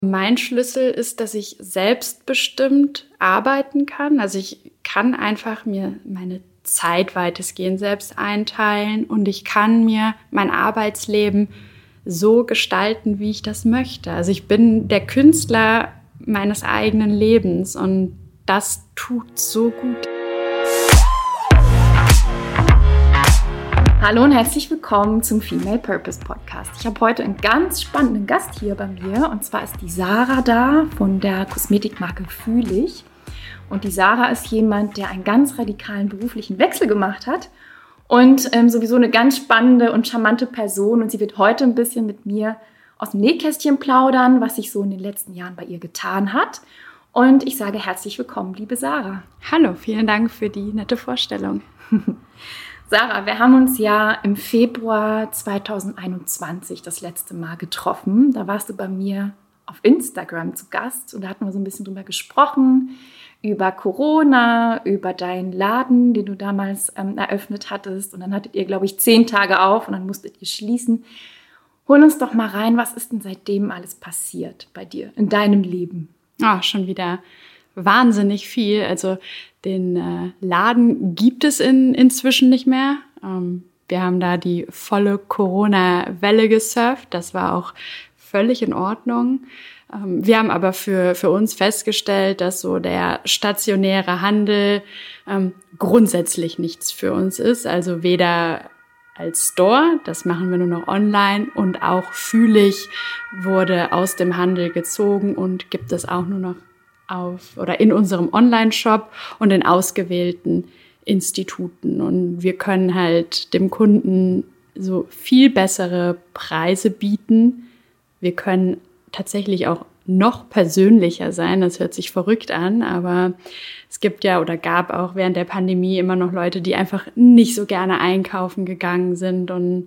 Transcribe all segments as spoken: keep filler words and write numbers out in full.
Mein Schlüssel ist, dass ich selbstbestimmt arbeiten kann. Also ich kann einfach mir meine Zeit weitestgehend selbst einteilen und ich kann mir mein Arbeitsleben so gestalten, wie ich das möchte. Also ich bin der Künstler meines eigenen Lebens und das tut so gut. Hallo und herzlich willkommen zum Female Purpose Podcast. Ich habe heute einen ganz spannenden Gast hier bei mir und zwar ist die Sarah da von der Kosmetikmarke Fühlig. Und die Sarah ist jemand, der einen ganz radikalen beruflichen Wechsel gemacht hat und ähm, sowieso eine ganz spannende und charmante Person. Und sie wird heute ein bisschen mit mir aus dem Nähkästchen plaudern, was sich so in den letzten Jahren bei ihr getan hat. Und ich sage herzlich willkommen, liebe Sarah. Hallo, vielen Dank für die nette Vorstellung. Sarah, wir haben uns ja im Februar zweitausendeinundzwanzig das letzte Mal getroffen. Da warst du bei mir auf Instagram zu Gast und da hatten wir so ein bisschen drüber gesprochen, über Corona, über deinen Laden, den du damals ähm, eröffnet hattest. Und dann hattet ihr, glaube ich, zehn Tage auf und dann musstet ihr schließen. Hol uns doch mal rein, was ist denn seitdem alles passiert bei dir in deinem Leben? Ah, schon wieder wahnsinnig viel. Also den äh, Laden gibt es in, inzwischen nicht mehr. Ähm, wir haben da die volle Corona-Welle gesurft. Das war auch völlig in Ordnung. Ähm, wir haben aber für, für uns festgestellt, dass so der stationäre Handel ähm, grundsätzlich nichts für uns ist. Also weder als Store, das machen wir nur noch online, und auch Fühlig wurde aus dem Handel gezogen und gibt es auch nur noch auf oder in unserem Online-Shop und in ausgewählten Instituten. Und wir können halt dem Kunden so viel bessere Preise bieten. Wir können tatsächlich auch noch persönlicher sein. Das hört sich verrückt an, aber es gibt ja oder gab auch während der Pandemie immer noch Leute, die einfach nicht so gerne einkaufen gegangen sind. Und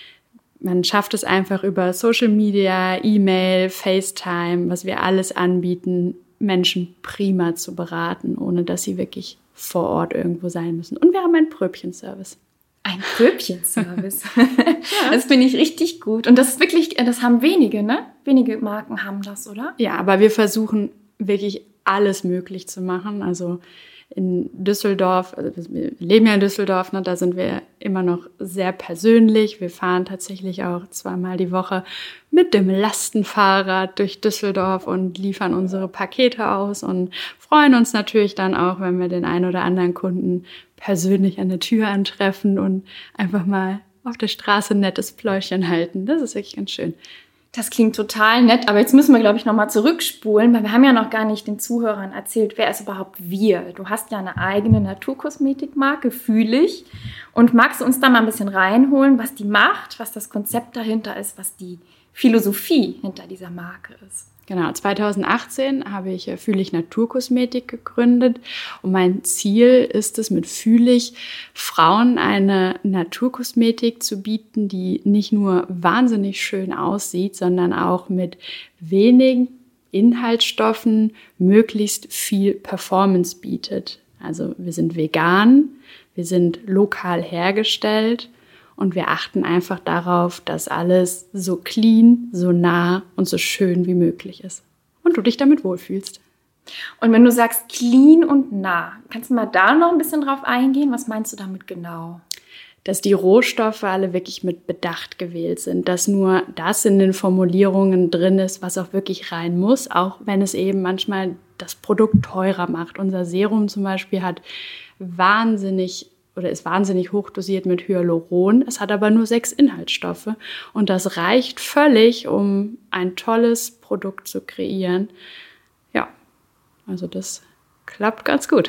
man schafft es einfach über Social Media, E-Mail, FaceTime, was wir alles anbieten, Menschen prima zu beraten, ohne dass sie wirklich vor Ort irgendwo sein müssen. Und wir haben einen Pröbchenservice. Ein Pröbchenservice. Ja. Das finde ich richtig gut. Und das ist wirklich, das haben wenige, ne? Wenige Marken haben das, oder? Ja, aber wir versuchen wirklich alles möglich zu machen. Also in Düsseldorf, also wir leben ja in Düsseldorf, ne, da sind wir immer noch sehr persönlich. Wir fahren tatsächlich auch zweimal die Woche mit dem Lastenfahrrad durch Düsseldorf und liefern unsere Pakete aus und freuen uns natürlich dann auch, wenn wir den einen oder anderen Kunden persönlich an der Tür antreffen und einfach mal auf der Straße ein nettes Pläuschen halten. Das ist wirklich ganz schön. Das klingt total nett, aber jetzt müssen wir, glaube ich, nochmal zurückspulen, weil wir haben ja noch gar nicht den Zuhörern erzählt, wer ist überhaupt wir? Du hast ja eine eigene Naturkosmetikmarke, Fühlig. Und magst du uns da mal ein bisschen reinholen, was die macht, was das Konzept dahinter ist, was die Philosophie hinter dieser Marke ist? Genau, zweitausendachtzehn habe ich Fühlig Naturkosmetik gegründet und mein Ziel ist es, mit Fühlig Frauen eine Naturkosmetik zu bieten, die nicht nur wahnsinnig schön aussieht, sondern auch mit wenigen Inhaltsstoffen möglichst viel Performance bietet. Also wir sind vegan, wir sind lokal hergestellt. Und wir achten einfach darauf, dass alles so clean, so nah und so schön wie möglich ist. Und du dich damit wohlfühlst. Und wenn du sagst clean und nah, kannst du mal da noch ein bisschen drauf eingehen? Was meinst du damit genau? Dass die Rohstoffe alle wirklich mit Bedacht gewählt sind. Dass nur das in den Formulierungen drin ist, was auch wirklich rein muss. Auch wenn es eben manchmal das Produkt teurer macht. Unser Serum zum Beispiel hat wahnsinnig oder ist wahnsinnig hochdosiert mit Hyaluron. Es hat aber nur sechs Inhaltsstoffe und das reicht völlig, um ein tolles Produkt zu kreieren. Ja, also das klappt ganz gut.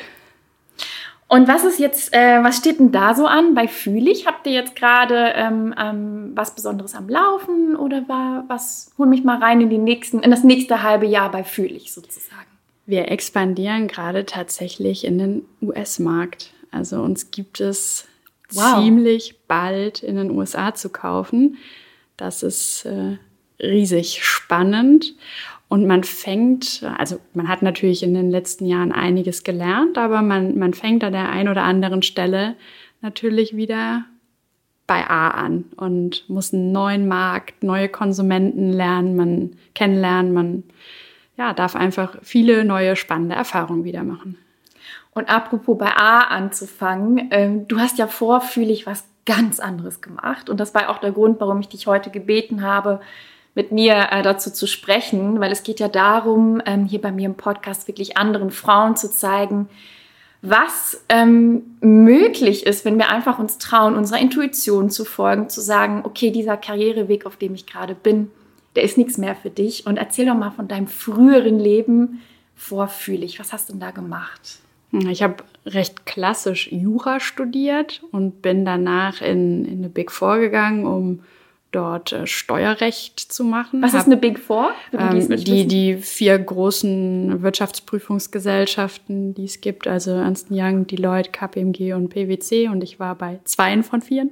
Und was ist jetzt, äh, was steht denn da so an bei Fühlig? Habt ihr jetzt gerade ähm, ähm, was Besonderes am Laufen oder war was? Hol mich mal rein in die nächsten, in das nächste halbe Jahr bei Fühlig sozusagen. Wir expandieren gerade tatsächlich in den U S-Markt. Also uns gibt es wow. ziemlich bald in den U S A zu kaufen. Das ist äh, riesig spannend. Und man fängt, also man hat natürlich in den letzten Jahren einiges gelernt, aber man, man fängt an der einen oder anderen Stelle natürlich wieder bei A an und muss einen neuen Markt, neue Konsumenten lernen, man kennenlernen, man ja, darf einfach viele neue spannende Erfahrungen wieder machen. Und apropos bei A anzufangen, ähm, du hast ja vor Fühlich was ganz anderes gemacht und das war auch der Grund, warum ich dich heute gebeten habe, mit mir äh, dazu zu sprechen, weil es geht ja darum, ähm, hier bei mir im Podcast wirklich anderen Frauen zu zeigen, was ähm, möglich ist, wenn wir einfach uns trauen, unserer Intuition zu folgen, zu sagen, okay, dieser Karriereweg, auf dem ich gerade bin, der ist nichts mehr für dich. Und erzähl doch mal von deinem früheren Leben vor Fühlich. Was hast du denn da gemacht? Ich habe recht klassisch Jura studiert und bin danach in, in eine Big Four gegangen, um dort äh, Steuerrecht zu machen. Was Hab, ist eine Big Four? Ähm, die, die vier großen Wirtschaftsprüfungsgesellschaften, die es gibt, also Ernst und Young, Deloitte, K P M G und P W C, und ich war bei zweien von vieren.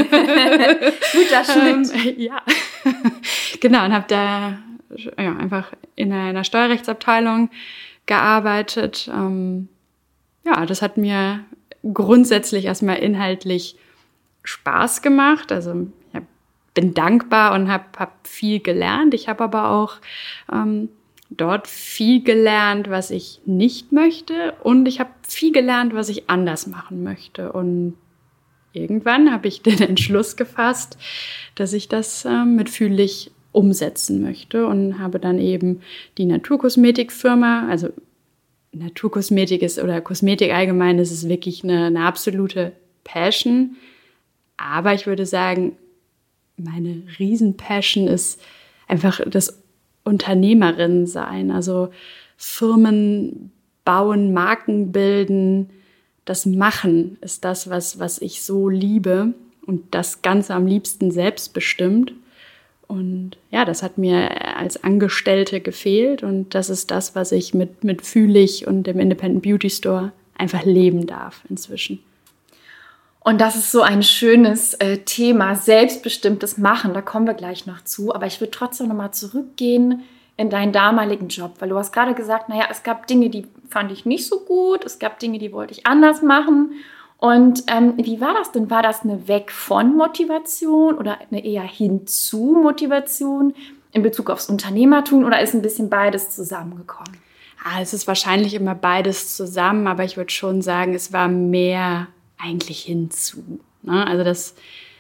Guter Schnitt. Ähm, ja, genau, und habe da ja, einfach in einer Steuerrechtsabteilung gearbeitet. Ähm, ja, das hat mir grundsätzlich erstmal inhaltlich Spaß gemacht. Also ich bin dankbar und habe hab viel gelernt. Ich habe aber auch ähm, dort viel gelernt, was ich nicht möchte, und ich habe viel gelernt, was ich anders machen möchte. Und irgendwann habe ich den Entschluss gefasst, dass ich das ähm, mit Fühlich umsetzen möchte, und habe dann eben die Naturkosmetikfirma, also Naturkosmetik ist oder Kosmetik allgemein, das ist wirklich eine, eine absolute Passion. Aber ich würde sagen, meine Riesenpassion ist einfach das Unternehmerin sein. Also Firmen bauen, Marken bilden, das Machen ist das, was, was ich so liebe, und das Ganze am liebsten selbstbestimmt. Und ja, das hat mir als Angestellte gefehlt, und das ist das, was ich mit, mit Fühlich und dem Independent Beauty Store einfach leben darf inzwischen. Und das ist so ein schönes äh, Thema, selbstbestimmtes Machen, da kommen wir gleich noch zu. Aber ich würde trotzdem nochmal zurückgehen in deinen damaligen Job, weil du hast gerade gesagt, naja, es gab Dinge, die fand ich nicht so gut, es gab Dinge, die wollte ich anders machen. Und ähm, wie war das denn? War das eine Weg-von-Motivation oder eine eher Hinzu-Motivation in Bezug aufs Unternehmertum, oder ist ein bisschen beides zusammengekommen? Ah, es ist wahrscheinlich immer beides zusammen, aber ich würde schon sagen, es war mehr eigentlich hinzu. Ne? Also das,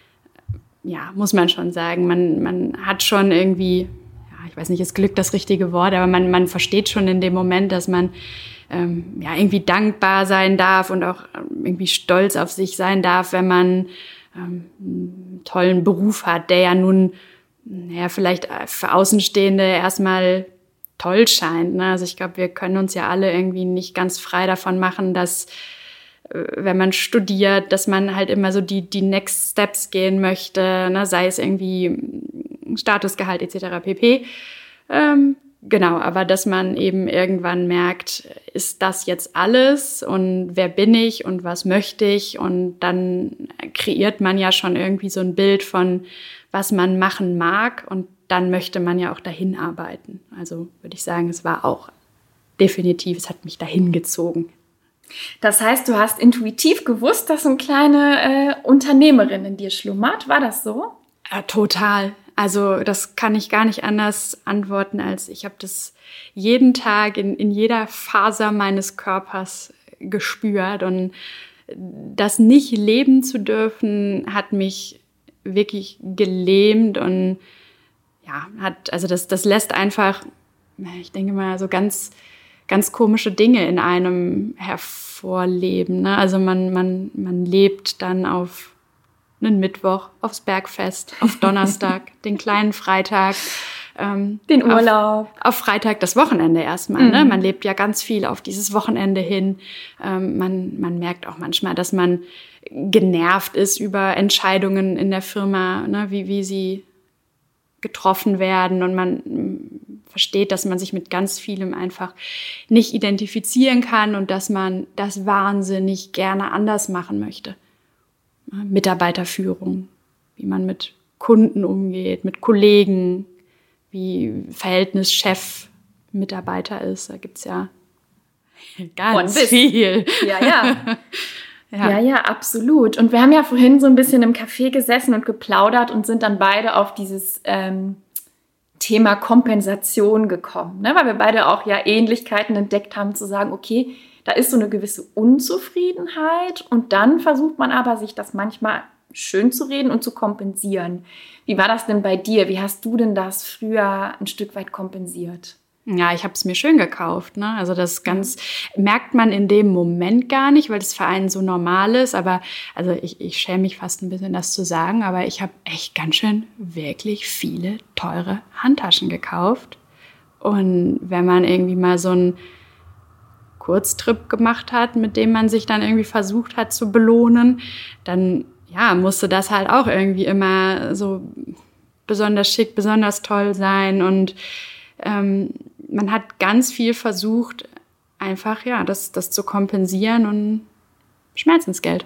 ja, muss man schon sagen. Man, man hat schon irgendwie, ja, ich weiß nicht, ist Glück das richtige Wort, aber man, man versteht schon in dem Moment, dass man ähm, ja, irgendwie dankbar sein darf und auch irgendwie stolz auf sich sein darf, wenn man ähm, einen tollen Beruf hat, der ja nun, ja, vielleicht für Außenstehende erstmal toll scheint. Ne? Also ich glaube, wir können uns ja alle irgendwie nicht ganz frei davon machen, dass, wenn man studiert, dass man halt immer so die, die Next Steps gehen möchte, ne? Sei es irgendwie Statusgehalt et cetera pp. Ähm, genau, aber dass man eben irgendwann merkt, ist das jetzt alles und wer bin ich und was möchte ich? Und dann kreiert man ja schon irgendwie so ein Bild von, was man machen mag, und dann möchte man ja auch dahin arbeiten. Also würde ich sagen, es war auch definitiv, es hat mich dahin gezogen. Das heißt, du hast intuitiv gewusst, dass so eine kleine äh, Unternehmerin in dir schlummert. War das so? Ja, total. Also das kann ich gar nicht anders antworten, als ich habe das jeden Tag in, in jeder Faser meines Körpers gespürt. Und das nicht leben zu dürfen, hat mich wirklich gelähmt und ja, hat, also das, das lässt einfach, ich denke mal, so ganz ganz komische Dinge in einem hervorleben. Ne? Also man, man, man lebt dann auf einen Mittwoch, aufs Bergfest, auf Donnerstag, den kleinen Freitag. Ähm, den Urlaub. Auf, auf Freitag das Wochenende erstmal. Mhm. Ne? Man lebt ja ganz viel auf dieses Wochenende hin. Ähm, man, man merkt auch manchmal, dass man genervt ist über Entscheidungen in der Firma, ne? wie, wie sie getroffen werden, und man versteht, dass man sich mit ganz vielem einfach nicht identifizieren kann und dass man das wahnsinnig gerne anders machen möchte. Mitarbeiterführung, wie man mit Kunden umgeht, mit Kollegen, wie Verhältnis Chef-Mitarbeiter ist. Da gibt's ja ganz viel. Ja, ja. Ja. ja, ja, absolut. Und wir haben ja vorhin so ein bisschen im Café gesessen und geplaudert und sind dann beide auf dieses ähm, Thema Kompensation gekommen, ne? Weil wir beide auch ja Ähnlichkeiten entdeckt haben, zu sagen, okay, da ist so eine gewisse Unzufriedenheit und dann versucht man aber, sich das manchmal schön zu reden und zu kompensieren. Wie war das denn bei dir? Wie hast du denn das früher ein Stück weit kompensiert? Ja, ich habe es mir schön gekauft, ne? Also das ganz merkt man in dem Moment gar nicht, weil das für einen so normal ist. Aber also ich, ich schäme mich fast ein bisschen, das zu sagen, aber ich habe echt ganz schön wirklich viele teure Handtaschen gekauft. Und wenn man irgendwie mal so einen Kurztrip gemacht hat, mit dem man sich dann irgendwie versucht hat zu belohnen, dann ja musste das halt auch irgendwie immer so besonders schick, besonders toll sein. Und ähm, man hat ganz viel versucht, einfach ja das, das zu kompensieren und Schmerzensgeld.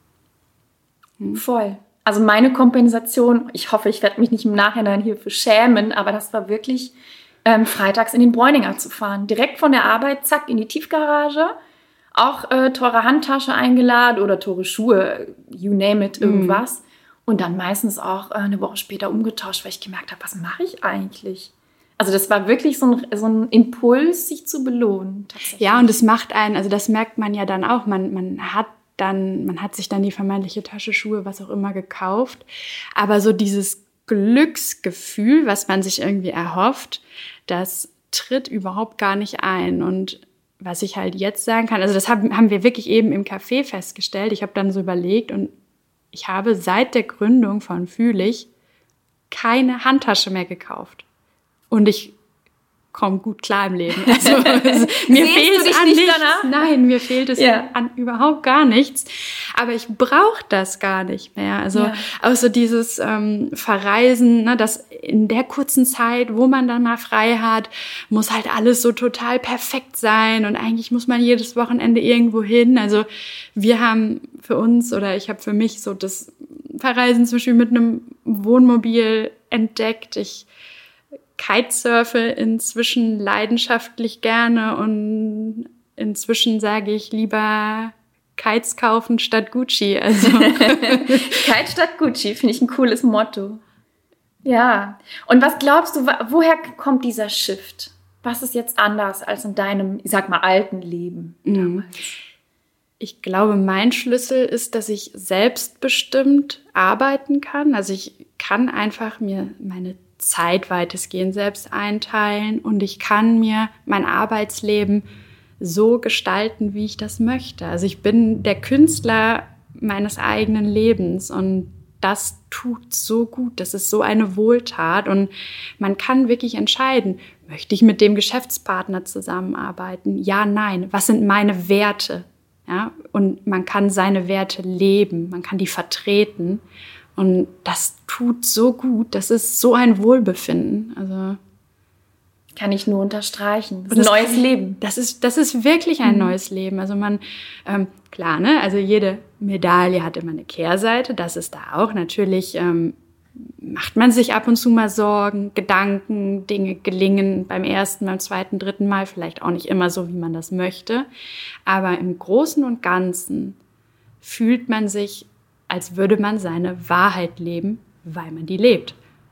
Hm. Voll. Also meine Kompensation, ich hoffe, ich werde mich nicht im Nachhinein hierfür schämen, aber das war wirklich ähm, freitags in den Bräuninger zu fahren. Direkt von der Arbeit, zack, in die Tiefgarage. Auch äh, teure Handtasche eingeladen oder teure Schuhe, you name it, irgendwas. Mm. Und dann meistens auch äh, eine Woche später umgetauscht, weil ich gemerkt habe, was mache ich eigentlich? Also das war wirklich so ein, so ein Impuls, sich zu belohnen. Tatsächlich. Ja, und das macht einen, also das merkt man ja dann auch, man, man hat dann, man hat sich dann die vermeintliche Tasche, Schuhe, was auch immer gekauft. Aber so dieses Glücksgefühl, was man sich irgendwie erhofft, das tritt überhaupt gar nicht ein. Und was ich halt jetzt sagen kann, also das haben, haben wir wirklich eben im Café festgestellt. Ich habe dann so überlegt und ich habe seit der Gründung von Fühlig keine Handtasche mehr gekauft. Und ich komme gut klar im Leben. Also, also mir fehlt es an nichts. Danach? Nein, mir fehlt es ja. an überhaupt gar nichts. Aber ich brauche das gar nicht mehr. Also ja. auch so dieses ähm, Verreisen, ne, das in der kurzen Zeit, wo man dann mal frei hat, muss halt alles so total perfekt sein. Und eigentlich muss man jedes Wochenende irgendwo hin. Also wir haben für uns oder ich habe für mich so das Verreisen zum Beispiel mit einem Wohnmobil entdeckt. Ich Kitesurfe inzwischen leidenschaftlich gerne und inzwischen sage ich lieber Kites kaufen statt Gucci. Also Kite statt Gucci finde ich ein cooles Motto. Ja. Und was glaubst du, woher kommt dieser Shift? Was ist jetzt anders als in deinem, ich sag mal, alten Leben damals? Ich glaube, mein Schlüssel ist, dass ich selbstbestimmt arbeiten kann. Also ich kann einfach mir meine Zeit weitestgehend selbst einteilen und ich kann mir mein Arbeitsleben so gestalten, wie ich das möchte. Also ich bin der Künstler meines eigenen Lebens und das tut so gut, das ist so eine Wohltat und man kann wirklich entscheiden, möchte ich mit dem Geschäftspartner zusammenarbeiten? Ja, nein. Was sind meine Werte? Ja, und man kann seine Werte leben, man kann die vertreten. Und das tut so gut, das ist so ein Wohlbefinden. Also kann ich nur unterstreichen. Das ist ein neues kann, Leben. Das ist, das ist wirklich ein mhm. neues Leben. Also man, ähm, klar, ne, also jede Medaille hat immer eine Kehrseite. Das ist da auch. Natürlich ähm, macht man sich ab und zu mal Sorgen, Gedanken, Dinge gelingen beim ersten, beim zweiten, dritten Mal. Vielleicht auch nicht immer so, wie man das möchte. Aber im Großen und Ganzen fühlt man sich, als würde man seine Wahrheit leben, weil man die lebt.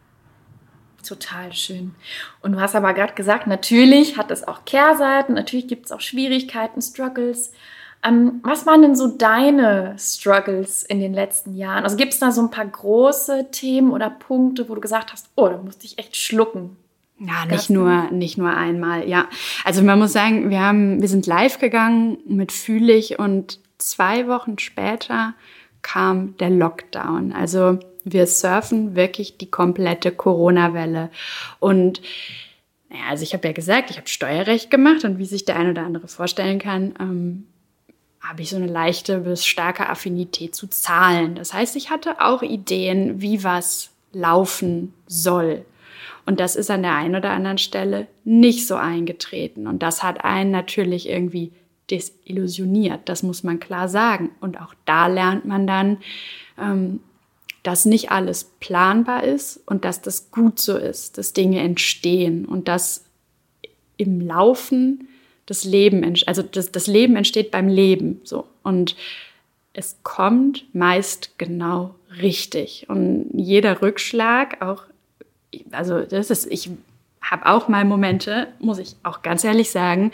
Total schön. Und du hast aber gerade gesagt, natürlich hat es auch Kehrseiten, natürlich gibt es auch Schwierigkeiten, Struggles. Ähm, was waren denn so deine Struggles in den letzten Jahren? Also gibt es da so ein paar große Themen oder Punkte, wo du gesagt hast, oh, da musste ich echt schlucken? Ja, nicht nur, nicht nur einmal, ja. Also man muss sagen, wir haben, wir sind live gegangen mit Fühlig und zwei Wochen später kam der Lockdown. Also wir surfen wirklich die komplette Corona-Welle. Und naja, also ich habe ja gesagt, ich habe Steuerrecht gemacht und wie sich der ein oder andere vorstellen kann, ähm, habe ich so eine leichte bis starke Affinität zu Zahlen. Das heißt, ich hatte auch Ideen, wie was laufen soll. Und das ist an der einen oder anderen Stelle nicht so eingetreten. Und das hat einen natürlich irgendwie desillusioniert, das muss man klar sagen. Und auch da lernt man dann, ähm, dass nicht alles planbar ist und dass das gut so ist, dass Dinge entstehen und dass im Laufen das Leben, also das, das Leben entsteht beim Leben. So. Und es kommt meist genau richtig. Und jeder Rückschlag, auch, also das ist, ich habe auch mal Momente, muss ich auch ganz ehrlich sagen,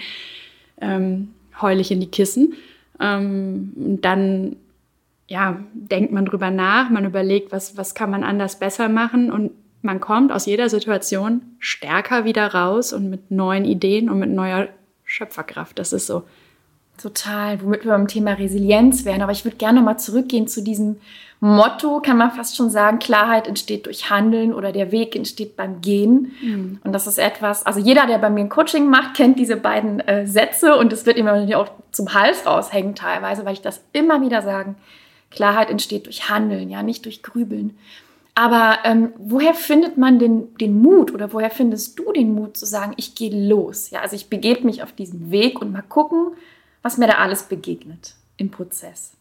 ähm, heul ich in die Kissen. Ähm, und dann ja, denkt man drüber nach, man überlegt, was, was kann man anders besser machen und man kommt aus jeder Situation stärker wieder raus und mit neuen Ideen und mit neuer Schöpferkraft. Das ist so. Total, womit wir beim Thema Resilienz wären. Aber ich würde gerne mal zurückgehen zu diesem Motto, kann man fast schon sagen, Klarheit entsteht durch Handeln oder der Weg entsteht beim Gehen. Mhm. Und das ist etwas, also jeder, der bei mir ein Coaching macht, kennt diese beiden äh, Sätze und es wird immer auch zum Hals raushängen teilweise, weil ich das immer wieder sage. Klarheit entsteht durch Handeln, ja, nicht durch Grübeln. Aber ähm, woher findet man den, den Mut oder woher findest du den Mut zu sagen, ich gehe los? Ja, also ich begebe mich auf diesen Weg und mal gucken, was mir da alles begegnet im Prozess.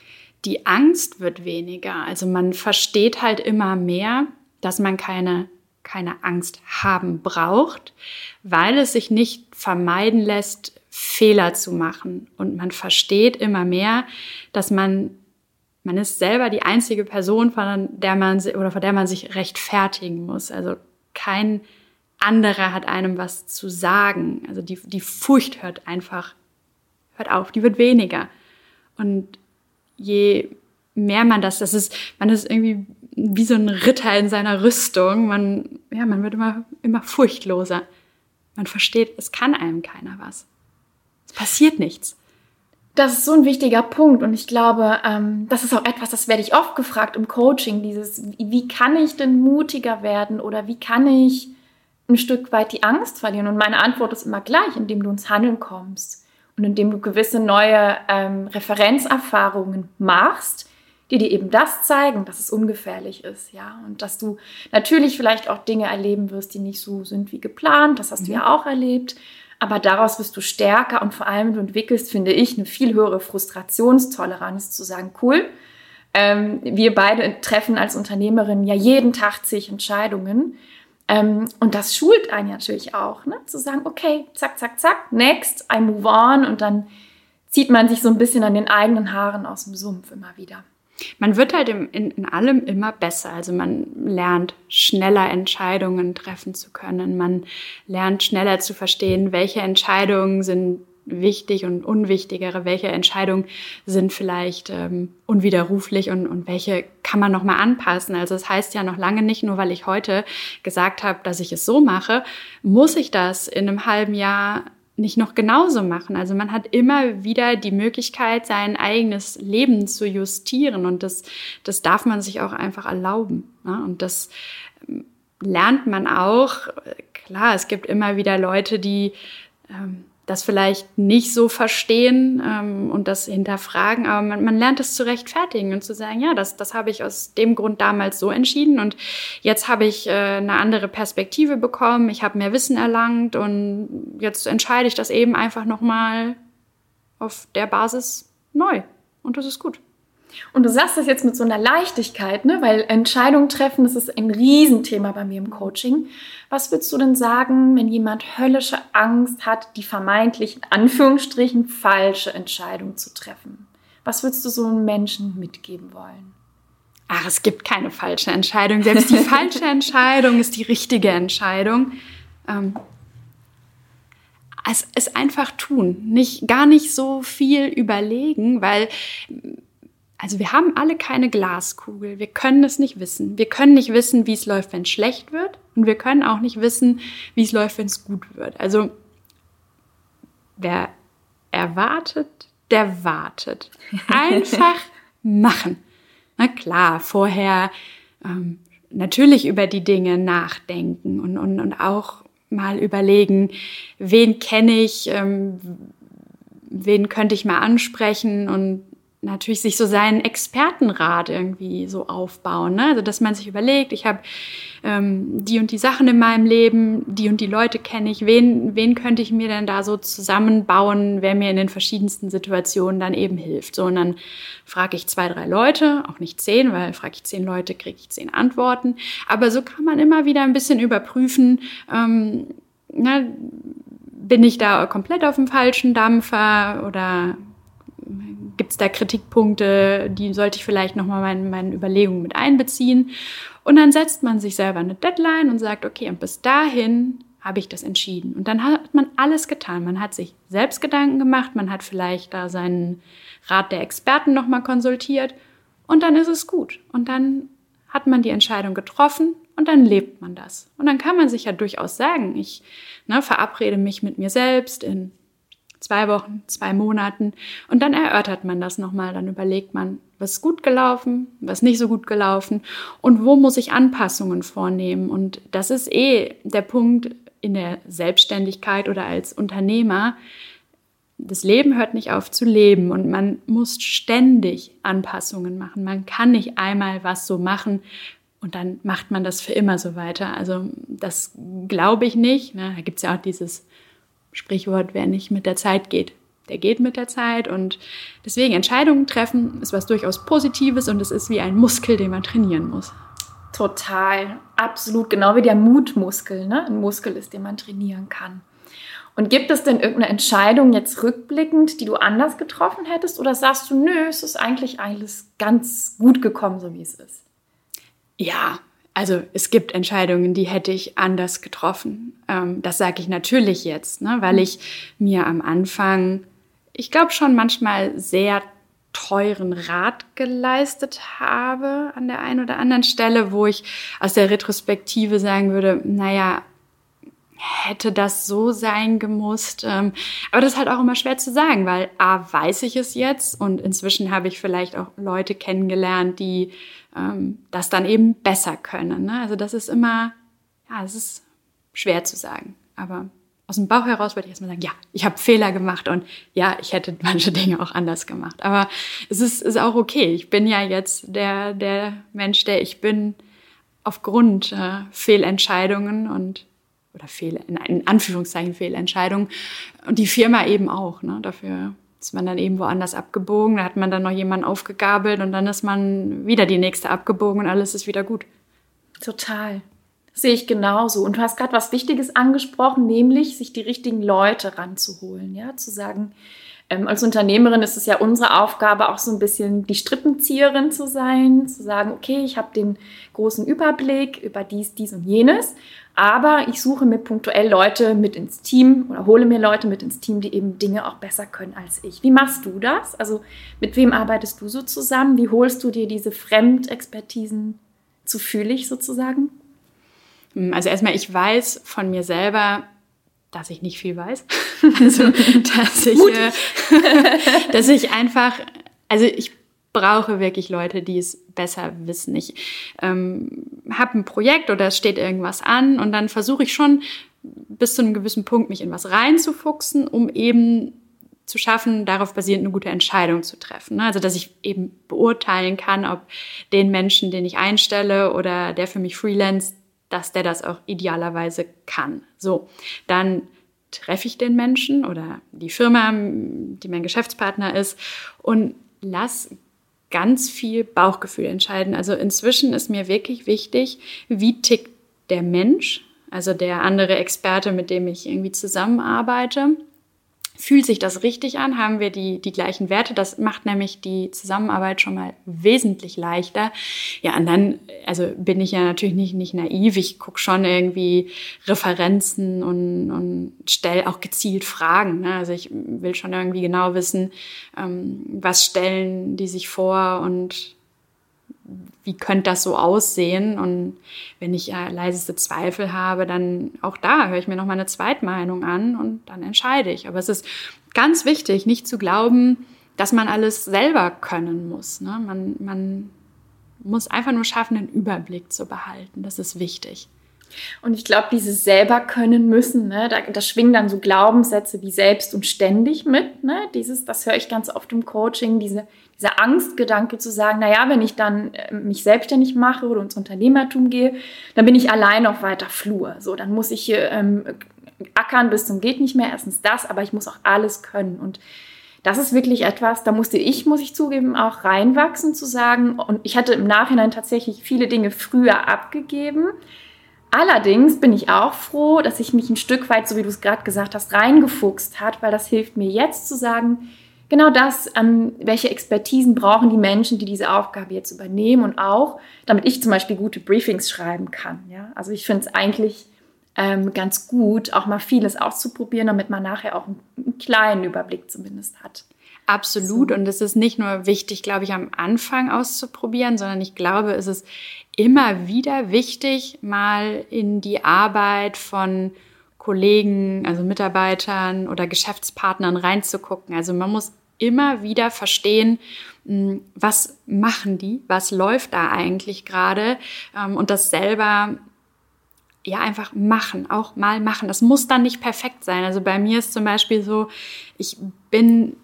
Die Angst wird weniger. Also man versteht halt immer mehr, dass man keine, keine Angst haben braucht, weil es sich nicht vermeiden lässt, Fehler zu machen. Und man versteht immer mehr, dass man, man ist selber die einzige Person, von der man, oder von der man sich rechtfertigen muss. Also kein anderer hat einem was zu sagen. Also die, die Furcht hört einfach hört auf, die wird weniger. Und je mehr man das, das ist, man ist irgendwie wie so ein Ritter in seiner Rüstung. Man, ja, man wird immer, immer furchtloser. Man versteht, es kann einem keiner was. Es passiert nichts. Das ist so ein wichtiger Punkt und ich glaube, ähm, das ist auch etwas, das werde ich oft gefragt im Coaching, dieses, wie kann ich denn mutiger werden oder wie kann ich ein Stück weit die Angst verlieren? Und meine Antwort ist immer gleich, indem du ins Handeln kommst. Und indem du gewisse neue ähm, Referenzerfahrungen machst, die dir eben das zeigen, dass es ungefährlich ist, ja, und dass du natürlich vielleicht auch Dinge erleben wirst, die nicht so sind wie geplant, das hast mhm. du ja auch erlebt, aber daraus wirst du stärker und vor allem du entwickelst, finde ich, eine viel höhere Frustrationstoleranz, zu sagen, cool, ähm, wir beide treffen als Unternehmerin ja jeden Tag zig Entscheidungen. Ähm, und das schult einen natürlich auch, ne? Zu sagen, okay, zack, zack, zack, next, I move on. Und dann zieht man sich so ein bisschen an den eigenen Haaren aus dem Sumpf immer wieder. Man wird halt in, in, in allem immer besser. Also man lernt schneller Entscheidungen treffen zu können. Man lernt schneller zu verstehen, welche Entscheidungen sind wichtig und unwichtigere, welche Entscheidungen sind vielleicht ähm, unwiderruflich und, und welche kann man nochmal anpassen. Also es heißt ja noch lange nicht, nur weil ich heute gesagt habe, dass ich es so mache, muss ich das in einem halben Jahr nicht noch genauso machen. Also man hat immer wieder die Möglichkeit, sein eigenes Leben zu justieren und das, das darf man sich auch einfach erlauben. Ne? Und das lernt man auch. Klar, es gibt immer wieder Leute, die ähm, das vielleicht nicht so verstehen ähm, und das hinterfragen, aber man, man lernt es zu rechtfertigen und zu sagen, ja, das, das habe ich aus dem Grund damals so entschieden und jetzt habe ich äh, eine andere Perspektive bekommen, ich habe mehr Wissen erlangt und jetzt entscheide ich das eben einfach nochmal auf der Basis neu und das ist gut. Und du sagst das jetzt mit so einer Leichtigkeit, ne? Weil Entscheidungen treffen, das ist ein Riesenthema bei mir im Coaching. Was würdest du denn sagen, wenn jemand höllische Angst hat, die vermeintlich in Anführungsstrichen falsche Entscheidung zu treffen? Was würdest du so einem Menschen mitgeben wollen? Ach, es gibt keine falsche Entscheidung. Selbst die falsche Entscheidung ist die richtige Entscheidung. Ähm, es, es einfach tun, nicht, gar nicht so viel überlegen, weil also wir haben alle keine Glaskugel. Wir können es nicht wissen. Wir können nicht wissen, wie es läuft, wenn es schlecht wird. Und wir können auch nicht wissen, wie es läuft, wenn es gut wird. Also wer erwartet, der wartet. Einfach machen. Na klar, vorher ähm, natürlich über die Dinge nachdenken und, und, und auch mal überlegen, wen kenne ich, ähm, wen könnte ich mal ansprechen und natürlich sich so seinen Expertenrat irgendwie so aufbauen, ne? Also dass man sich überlegt, ich habe ähm, die und die Sachen in meinem Leben, die und die Leute kenne ich, wen, wen könnte ich mir denn da so zusammenbauen, wer mir in den verschiedensten Situationen dann eben hilft. So, und dann frage ich zwei, drei Leute, auch nicht zehn, weil frage ich zehn Leute, kriege ich zehn Antworten. Aber so kann man immer wieder ein bisschen überprüfen, ähm, na, bin ich da komplett auf dem falschen Dampfer oder gibt es da Kritikpunkte, die sollte ich vielleicht nochmal meine, meine Überlegungen mit einbeziehen. Und dann setzt man sich selber eine Deadline und sagt, okay, und bis dahin habe ich das entschieden. Und dann hat man alles getan. Man hat sich selbst Gedanken gemacht, man hat vielleicht da seinen Rat der Experten nochmal konsultiert und dann ist es gut. Und dann hat man die Entscheidung getroffen und dann lebt man das. Und dann kann man sich ja durchaus sagen, ich ne, verabrede mich mit mir selbst in zwei Wochen, zwei Monaten und dann erörtert man das nochmal. Dann überlegt man, was ist gut gelaufen, was nicht so gut gelaufen und wo muss ich Anpassungen vornehmen. Und das ist eh der Punkt in der Selbstständigkeit oder als Unternehmer. Das Leben hört nicht auf zu leben und man muss ständig Anpassungen machen. Man kann nicht einmal was so machen und dann macht man das für immer so weiter. Also das glaube ich nicht. Da gibt es ja auch dieses Sprichwort, wer nicht mit der Zeit geht, der geht mit der Zeit. Und deswegen Entscheidungen treffen ist was durchaus Positives und es ist wie ein Muskel, den man trainieren muss. Total, absolut, genau wie der Mutmuskel, ne? Ein Muskel ist, den man trainieren kann. Und gibt es denn irgendeine Entscheidung jetzt rückblickend, die du anders getroffen hättest? Oder sagst du, nö, es ist eigentlich alles ganz gut gekommen, so wie es ist? Ja, also es gibt Entscheidungen, die hätte ich anders getroffen. Ähm, das sage ich natürlich jetzt, ne? Weil ich mir am Anfang, ich glaube schon manchmal sehr teuren Rat geleistet habe an der einen oder anderen Stelle, wo ich aus der Retrospektive sagen würde, naja, hätte das so sein gemusst. Aber das ist halt auch immer schwer zu sagen, weil A, weiß ich es jetzt und inzwischen habe ich vielleicht auch Leute kennengelernt, die ähm, das dann eben besser können. Ne? Also das ist immer, ja, es ist schwer zu sagen. Aber aus dem Bauch heraus würde ich erstmal sagen, ja, ich habe Fehler gemacht und ja, ich hätte manche Dinge auch anders gemacht. Aber es ist, ist auch okay. Ich bin ja jetzt der, der Mensch, der ich bin, aufgrund äh, Fehlentscheidungen und oder Fehl, in Anführungszeichen Fehlentscheidungen. Und die Firma eben auch. Ne? Dafür ist man dann eben woanders abgebogen. Da hat man dann noch jemanden aufgegabelt und dann ist man wieder die nächste abgebogen und alles ist wieder gut. Total. Sehe ich genauso. Und du hast gerade was Wichtiges angesprochen, nämlich sich die richtigen Leute ranzuholen. Ja? Zu sagen, ähm, als Unternehmerin ist es ja unsere Aufgabe, auch so ein bisschen die Strippenzieherin zu sein. Zu sagen, okay, ich habe den großen Überblick über dies, dies und jenes. Aber ich suche mir punktuell Leute mit ins Team oder hole mir Leute mit ins Team, die eben Dinge auch besser können als ich. Wie machst du das? Also mit wem arbeitest du so zusammen? Wie holst du dir diese Fremdexpertisen zu fühlig sozusagen? Also erstmal, ich weiß von mir selber, dass ich nicht viel weiß. Also, dass ich, äh, dass ich einfach, also ich brauche wirklich Leute, die es besser wissen. Ich ähm, habe ein Projekt oder es steht irgendwas an und dann versuche ich schon bis zu einem gewissen Punkt mich in was reinzufuchsen, um eben zu schaffen, darauf basierend eine gute Entscheidung zu treffen. Also dass ich eben beurteilen kann, ob den Menschen, den ich einstelle oder der für mich freelance, dass der das auch idealerweise kann. So, dann treffe ich den Menschen oder die Firma, die mein Geschäftspartner ist und lass ganz viel Bauchgefühl entscheiden. Also inzwischen ist mir wirklich wichtig, wie tickt der Mensch, also der andere Experte, mit dem ich irgendwie zusammenarbeite. Fühlt sich das richtig an? Haben wir die, die gleichen Werte? Das macht nämlich die Zusammenarbeit schon mal wesentlich leichter. Ja, und dann, also bin ich ja natürlich nicht, nicht naiv. Ich gucke schon irgendwie Referenzen und, und stelle auch gezielt Fragen. Ne? Also ich will schon irgendwie genau wissen, ähm, was stellen die sich vor und wie könnte das so aussehen? Und wenn ich ja leiseste Zweifel habe, dann auch da höre ich mir noch mal eine Zweitmeinung an und dann entscheide ich. Aber es ist ganz wichtig, nicht zu glauben, dass man alles selber können muss. Ne? Man, man muss einfach nur schaffen, den Überblick zu behalten. Das ist wichtig. Und ich glaube, dieses selber können müssen, ne, da, da schwingen dann so Glaubenssätze wie selbst und ständig mit. Ne? Dieses, das höre ich ganz oft im Coaching, diese, dieser Angstgedanke zu sagen, naja, wenn ich dann äh, mich selbstständig mache oder ins Unternehmertum gehe, dann bin ich allein auf weiter Flur. So, dann muss ich hier ähm, ackern bis zum geht nicht mehr. Erstens das, aber ich muss auch alles können. Und das ist wirklich etwas, da musste ich, muss ich zugeben, auch reinwachsen zu sagen. Und ich hatte im Nachhinein tatsächlich viele Dinge früher abgegeben. Allerdings bin ich auch froh, dass ich mich ein Stück weit, so wie du es gerade gesagt hast, reingefuchst hat, weil das hilft mir jetzt zu sagen, genau das, ähm, welche Expertisen brauchen die Menschen, die diese Aufgabe jetzt übernehmen und auch, damit ich zum Beispiel gute Briefings schreiben kann. Ja? Also ich finde es eigentlich ähm, ganz gut, auch mal vieles auszuprobieren, damit man nachher auch einen, einen kleinen Überblick zumindest hat. Absolut. So. Und es ist nicht nur wichtig, glaube ich, am Anfang auszuprobieren, sondern ich glaube, es ist immer wieder wichtig, mal in die Arbeit von Kollegen, also Mitarbeitern oder Geschäftspartnern reinzugucken. Also man muss immer wieder verstehen, was machen die, was läuft da eigentlich gerade und das selber ja einfach machen, auch mal machen. Das muss dann nicht perfekt sein. Also bei mir ist zum Beispiel so, ich bin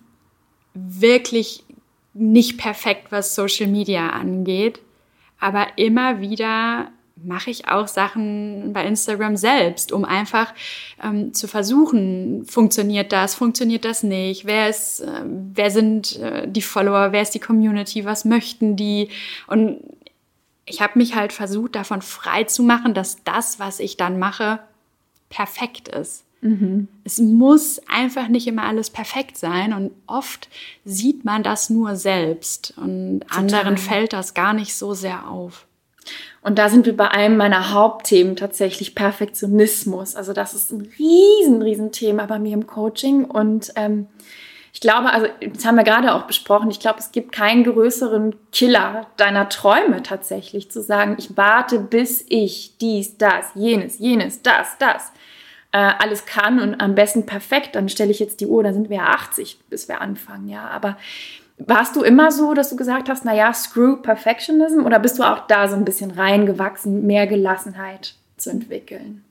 wirklich nicht perfekt, was Social Media angeht, aber immer wieder mache ich auch Sachen bei Instagram selbst, um einfach ähm, zu versuchen, funktioniert das, funktioniert das nicht, wer ist, äh, wer sind äh, die Follower, wer ist die Community, was möchten die? Und ich habe mich halt versucht, davon frei zu machen, dass das, was ich dann mache, perfekt ist. Mhm. Es muss einfach nicht immer alles perfekt sein und oft sieht man das nur selbst und Total. Anderen fällt das gar nicht so sehr auf. Und da sind wir bei einem meiner Hauptthemen tatsächlich Perfektionismus. Also das ist ein riesen, riesen Thema bei mir im Coaching. Und ähm, ich glaube, also das haben wir gerade auch besprochen, ich glaube, es gibt keinen größeren Killer deiner Träume tatsächlich, zu sagen, ich warte, bis ich dies, das, jenes, jenes, das, das äh, alles kann und am besten perfekt. Dann stelle ich jetzt die Uhr, dann sind wir ja achtzig, bis wir anfangen. Ja, aber warst du immer so, dass du gesagt hast, naja, screw Perfectionism, oder bist du auch da so ein bisschen reingewachsen, mehr Gelassenheit zu entwickeln?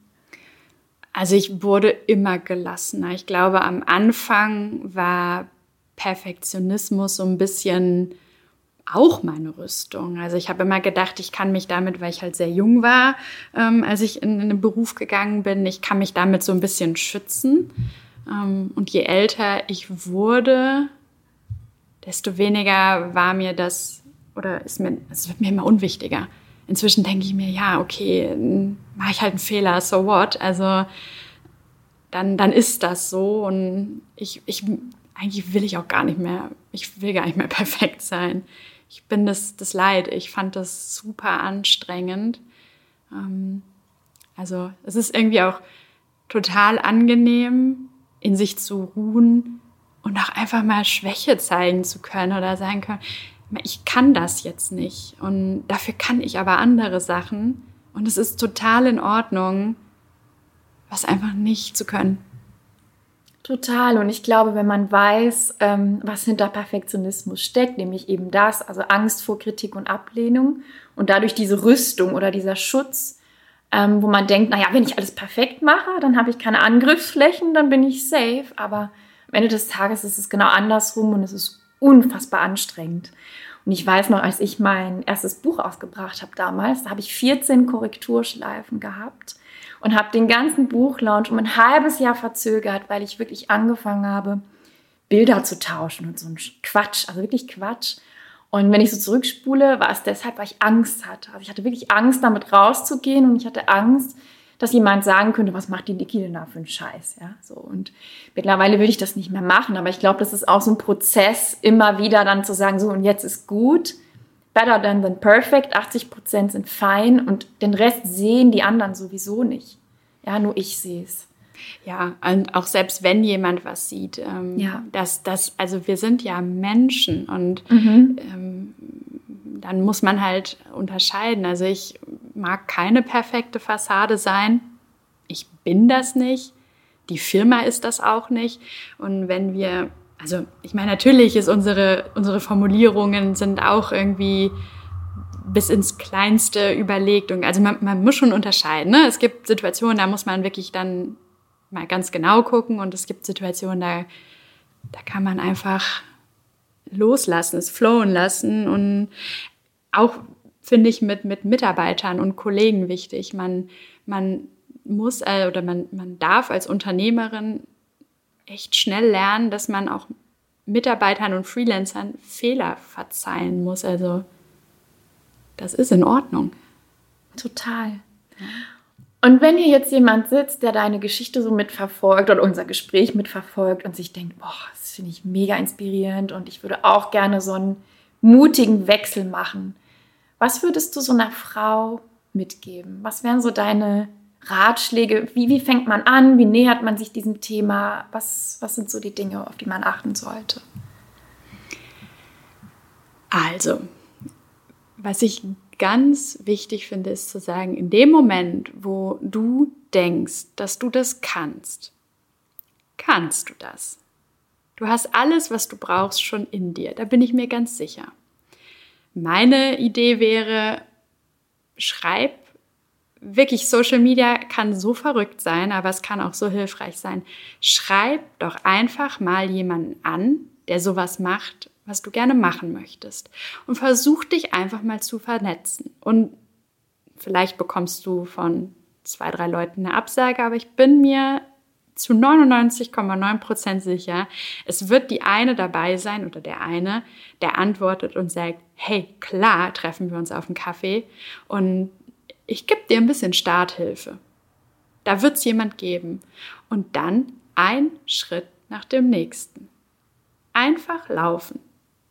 Also ich wurde immer gelassener. Ich glaube, am Anfang war Perfektionismus so ein bisschen auch meine Rüstung. Also ich habe immer gedacht, ich kann mich damit, weil ich halt sehr jung war, ähm, als ich in, in den Beruf gegangen bin, ich kann mich damit so ein bisschen schützen. Ähm, und je älter ich wurde, desto weniger war mir das, oder ist mir, es wird mir immer unwichtiger. Inzwischen denke ich mir, ja, okay, mache ich halt einen Fehler, so what? Also dann, dann ist das so und ich, ich, eigentlich will ich auch gar nicht mehr, ich will gar nicht mehr perfekt sein. Ich bin das, das leid. Ich fand das super anstrengend. Also es ist irgendwie auch total angenehm, in sich zu ruhen und auch einfach mal Schwäche zeigen zu können oder sagen können, ich kann das jetzt nicht und dafür kann ich aber andere Sachen und es ist total in Ordnung, was einfach nicht zu können. Total. Und ich glaube, wenn man weiß, ähm, was hinter Perfektionismus steckt, nämlich eben das, also Angst vor Kritik und Ablehnung und dadurch diese Rüstung oder dieser Schutz, ähm, wo man denkt, naja, wenn ich alles perfekt mache, dann habe ich keine Angriffsflächen, dann bin ich safe. Aber am Ende des Tages ist es genau andersrum und es ist unfassbar anstrengend. Und ich weiß noch, als ich mein erstes Buch ausgebracht habe damals, da habe ich vierzehn Korrekturschleifen gehabt und habe den ganzen Buchlaunch um ein halbes Jahr verzögert, weil ich wirklich angefangen habe, Bilder zu tauschen und so ein Quatsch, also wirklich Quatsch. Und wenn ich so zurückspule, war es deshalb, weil ich Angst hatte. Also ich hatte wirklich Angst, damit rauszugehen und ich hatte Angst, dass jemand sagen könnte, was macht die Niki denn da für einen Scheiß? Ja, so. Und mittlerweile will ich das nicht mehr machen, aber ich glaube, das ist auch so ein Prozess, immer wieder dann zu sagen, so und jetzt ist gut, better than than perfect, achtzig Prozent sind fein und den Rest sehen die anderen sowieso nicht. Ja, nur ich sehe es. Ja, und auch selbst wenn jemand was sieht, ähm, ja. dass das, also wir sind ja Menschen und mhm. ähm, dann muss man halt unterscheiden. Also ich mag keine perfekte Fassade sein. Ich bin das nicht. Die Firma ist das auch nicht. Und wenn wir, also ich meine, natürlich ist unsere, unsere Formulierungen sind auch irgendwie bis ins Kleinste überlegt. Und also man, man muss schon unterscheiden. Ne? Es gibt Situationen, da muss man wirklich dann mal ganz genau gucken. Und es gibt Situationen, da, da kann man einfach loslassen, es flowen lassen. Und auch, finde ich, mit, mit Mitarbeitern und Kollegen wichtig. Man, man muss äh, oder man, man darf als Unternehmerin echt schnell lernen, dass man auch Mitarbeitern und Freelancern Fehler verzeihen muss. Also das ist in Ordnung. Total. Ja. Und wenn hier jetzt jemand sitzt, der deine Geschichte so mitverfolgt oder unser Gespräch mitverfolgt und sich denkt, boah, Das finde ich mega inspirierend und ich würde auch gerne so einen mutigen Wechsel machen. Was würdest du so einer Frau mitgeben? Was wären so deine Ratschläge? Wie, wie fängt man an? Wie nähert man sich diesem Thema? Was, was sind so die Dinge, auf die man achten sollte? Also, was ich ganz wichtig finde, ist zu sagen, in dem Moment, wo du denkst, dass du das kannst, kannst du das. Du hast alles, was du brauchst, schon in dir. Da bin ich mir ganz sicher. Meine Idee wäre, schreib, wirklich Social Media kann so verrückt sein, aber es kann auch so hilfreich sein. Schreib doch einfach mal jemanden an, der sowas macht, was du gerne machen möchtest. Und versuch dich einfach mal zu vernetzen. Und vielleicht bekommst du von zwei, drei Leuten eine Absage, aber ich bin mir zu neunundneunzig Komma neun Prozent sicher, es wird die eine dabei sein oder der eine, der antwortet und sagt, hey, klar, treffen wir uns auf einen Kaffee und ich gebe dir ein bisschen Starthilfe. Da wird es jemand geben. Und dann ein Schritt nach dem nächsten. Einfach laufen.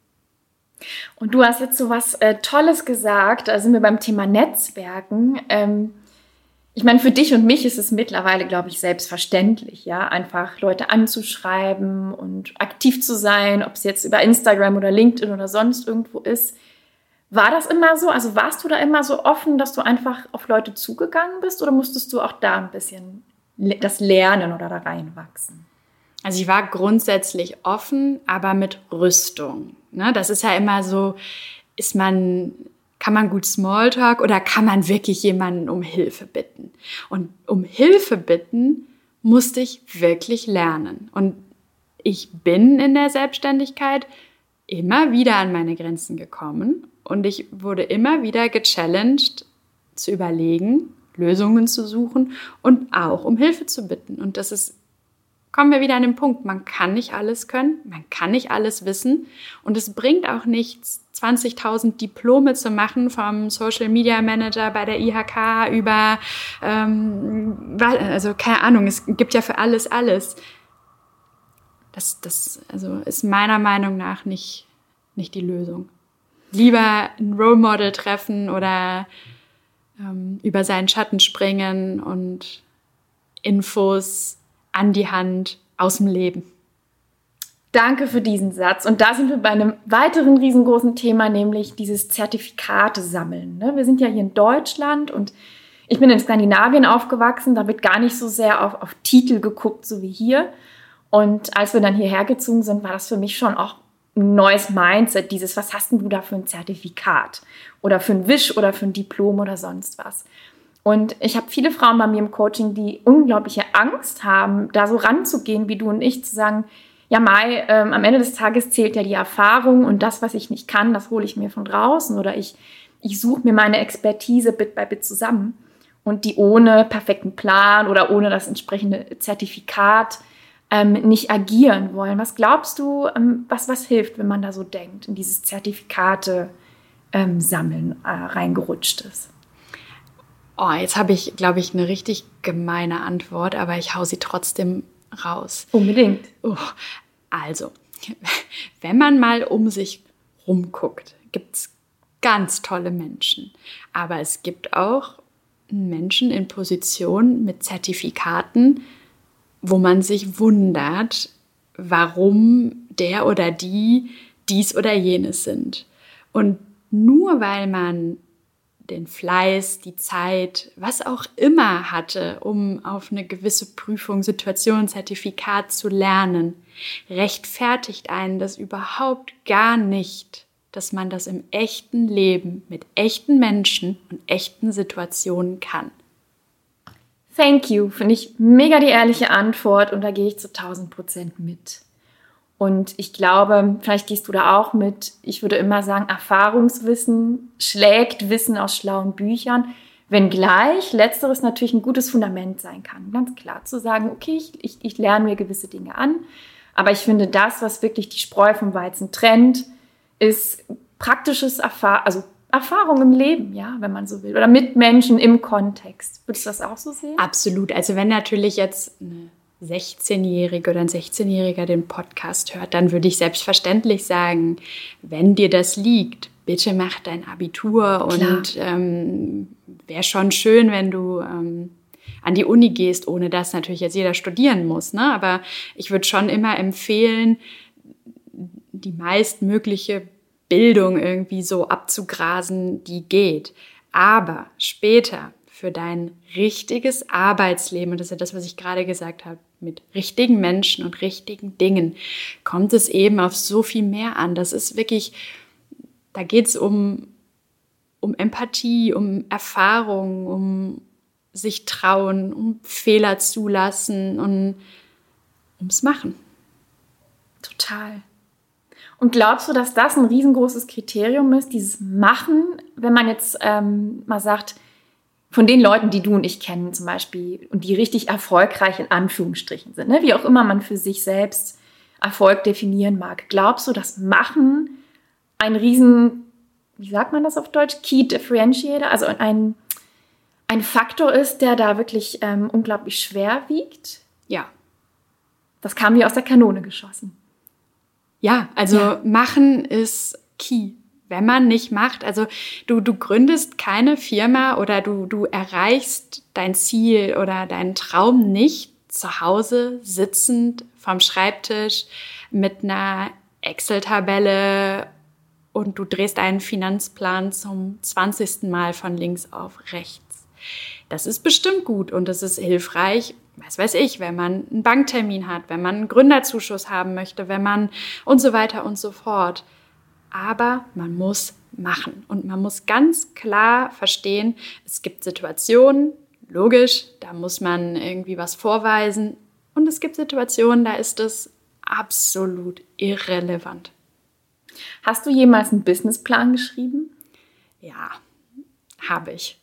Und du hast jetzt so was äh, Tolles gesagt, da sind wir beim Thema Netzwerken. Ähm, Ich meine, für dich und mich ist es mittlerweile, glaube ich, selbstverständlich, ja, einfach Leute anzuschreiben und aktiv zu sein, ob es jetzt über Instagram oder LinkedIn oder sonst irgendwo ist. War das immer so? Also warst du da immer so offen, dass du einfach auf Leute zugegangen bist oder musstest du auch da ein bisschen das lernen oder da reinwachsen? Also ich war grundsätzlich offen, aber mit Rüstung. Ne? Das ist ja immer so, ist man... Kann man gut Smalltalk oder kann man wirklich jemanden um Hilfe bitten? Und um Hilfe bitten musste ich wirklich lernen. Und ich bin in der Selbstständigkeit immer wieder an meine Grenzen gekommen und ich wurde immer wieder gechallenged, zu überlegen, Lösungen zu suchen und auch um Hilfe zu bitten. Und das ist, kommen wir wieder an den Punkt, man kann nicht alles können, man kann nicht alles wissen und es bringt auch nichts, zwanzigtausend Diplome zu machen, vom Social Media Manager bei der I H K über, ähm, also keine Ahnung, es gibt ja für alles alles. Das, das also ist meiner Meinung nach nicht, nicht die Lösung. Lieber ein Role Model treffen oder ähm, über seinen Schatten springen und Infos an die Hand aus dem Leben. Danke für diesen Satz. Und da sind wir bei einem weiteren riesengroßen Thema, nämlich dieses Zertifikate sammeln. Wir sind ja hier in Deutschland und ich bin in Skandinavien aufgewachsen. Da wird gar nicht so sehr auf, auf Titel geguckt, so wie hier. Und als wir dann hierher gezogen sind, war das für mich schon auch ein neues Mindset. Dieses, was hast denn du da für ein Zertifikat? Oder für ein Wisch oder für ein Diplom oder sonst was? Und ich habe viele Frauen bei mir im Coaching, die unglaubliche Angst haben, da so ranzugehen wie du und ich, zu sagen, ja Mai, ähm, am Ende des Tages zählt ja die Erfahrung und das, was ich nicht kann, das hole ich mir von draußen oder ich, ich suche mir meine Expertise Bit by Bit zusammen und die ohne perfekten Plan oder ohne das entsprechende Zertifikat ähm, nicht agieren wollen. Was glaubst du, ähm, was, was hilft, wenn man da so denkt, in dieses Zertifikate ähm, sammeln äh, reingerutscht ist? Oh, jetzt habe ich, glaube ich, eine richtig gemeine Antwort, aber ich hau sie trotzdem raus. Unbedingt. Oh, also, wenn man mal um sich rumguckt, gibt es ganz tolle Menschen. Aber es gibt auch Menschen in Positionen mit Zertifikaten, wo man sich wundert, warum der oder die dies oder jenes sind. Und nur weil man den Fleiß, die Zeit, was auch immer hatte, um auf eine gewisse Prüfung, Situation, Zertifikat zu lernen, rechtfertigt einen das überhaupt gar nicht, dass man das im echten Leben mit echten Menschen und echten Situationen kann. Thank you, finde ich mega die ehrliche Antwort und da gehe ich zu tausend Prozent mit. Und ich glaube, vielleicht gehst du da auch mit, ich würde immer sagen, Erfahrungswissen schlägt Wissen aus schlauen Büchern, wenngleich letzteres natürlich ein gutes Fundament sein kann. Ganz klar zu sagen, okay, ich, ich, ich lerne mir gewisse Dinge an, aber ich finde, das, was wirklich die Spreu vom Weizen trennt, ist praktisches Erfahrung, also Erfahrung im Leben, ja, wenn man so will, oder mit Menschen im Kontext. Würdest du das auch so sehen? Absolut. Also wenn natürlich jetzt eine sechzehnjährige oder ein sechzehnjähriger den Podcast hört, dann würde ich selbstverständlich sagen, wenn dir das liegt, bitte mach dein Abitur. Klar. Und ähm, wäre schon schön, wenn du ähm, an die Uni gehst, ohne dass natürlich jetzt jeder studieren muss. Ne? Aber ich würde schon immer empfehlen, die meistmögliche Bildung irgendwie so abzugrasen, die geht. Aber später für dein richtiges Arbeitsleben, und das ist ja das, was ich gerade gesagt habe, mit richtigen Menschen und richtigen Dingen, kommt es eben auf so viel mehr an. Das ist wirklich, da geht es um, um Empathie, um Erfahrung, um sich trauen, um Fehler zulassen und ums Machen. Total. Und glaubst du, dass das ein riesengroßes Kriterium ist, dieses Machen, wenn man jetzt ähm, mal sagt, von den Leuten, die du und ich kennen zum Beispiel und die richtig erfolgreich in Anführungsstrichen sind, ne? Wie auch immer man für sich selbst Erfolg definieren mag. Glaubst du, dass Machen ein riesen, wie sagt man das auf Deutsch, Key Differentiator, also ein, ein Faktor ist, der da wirklich ähm, unglaublich schwer wiegt? Ja. Das kam wie aus der Kanone geschossen. Ja, also ja. Machen ist key. Wenn man nicht macht, also du, du gründest keine Firma oder du, du erreichst dein Ziel oder deinen Traum nicht zu Hause sitzend vom Schreibtisch mit einer Excel-Tabelle und du drehst einen Finanzplan zum zwanzigsten Mal von links auf rechts. Das ist bestimmt gut und das ist hilfreich, was weiß ich, wenn man einen Banktermin hat, wenn man einen Gründerzuschuss haben möchte, wenn man und so weiter und so fort. Aber man muss machen und man muss ganz klar verstehen, es gibt Situationen, logisch, da muss man irgendwie was vorweisen und es gibt Situationen, da ist es absolut irrelevant. Hast du jemals einen Businessplan geschrieben? Ja, habe ich.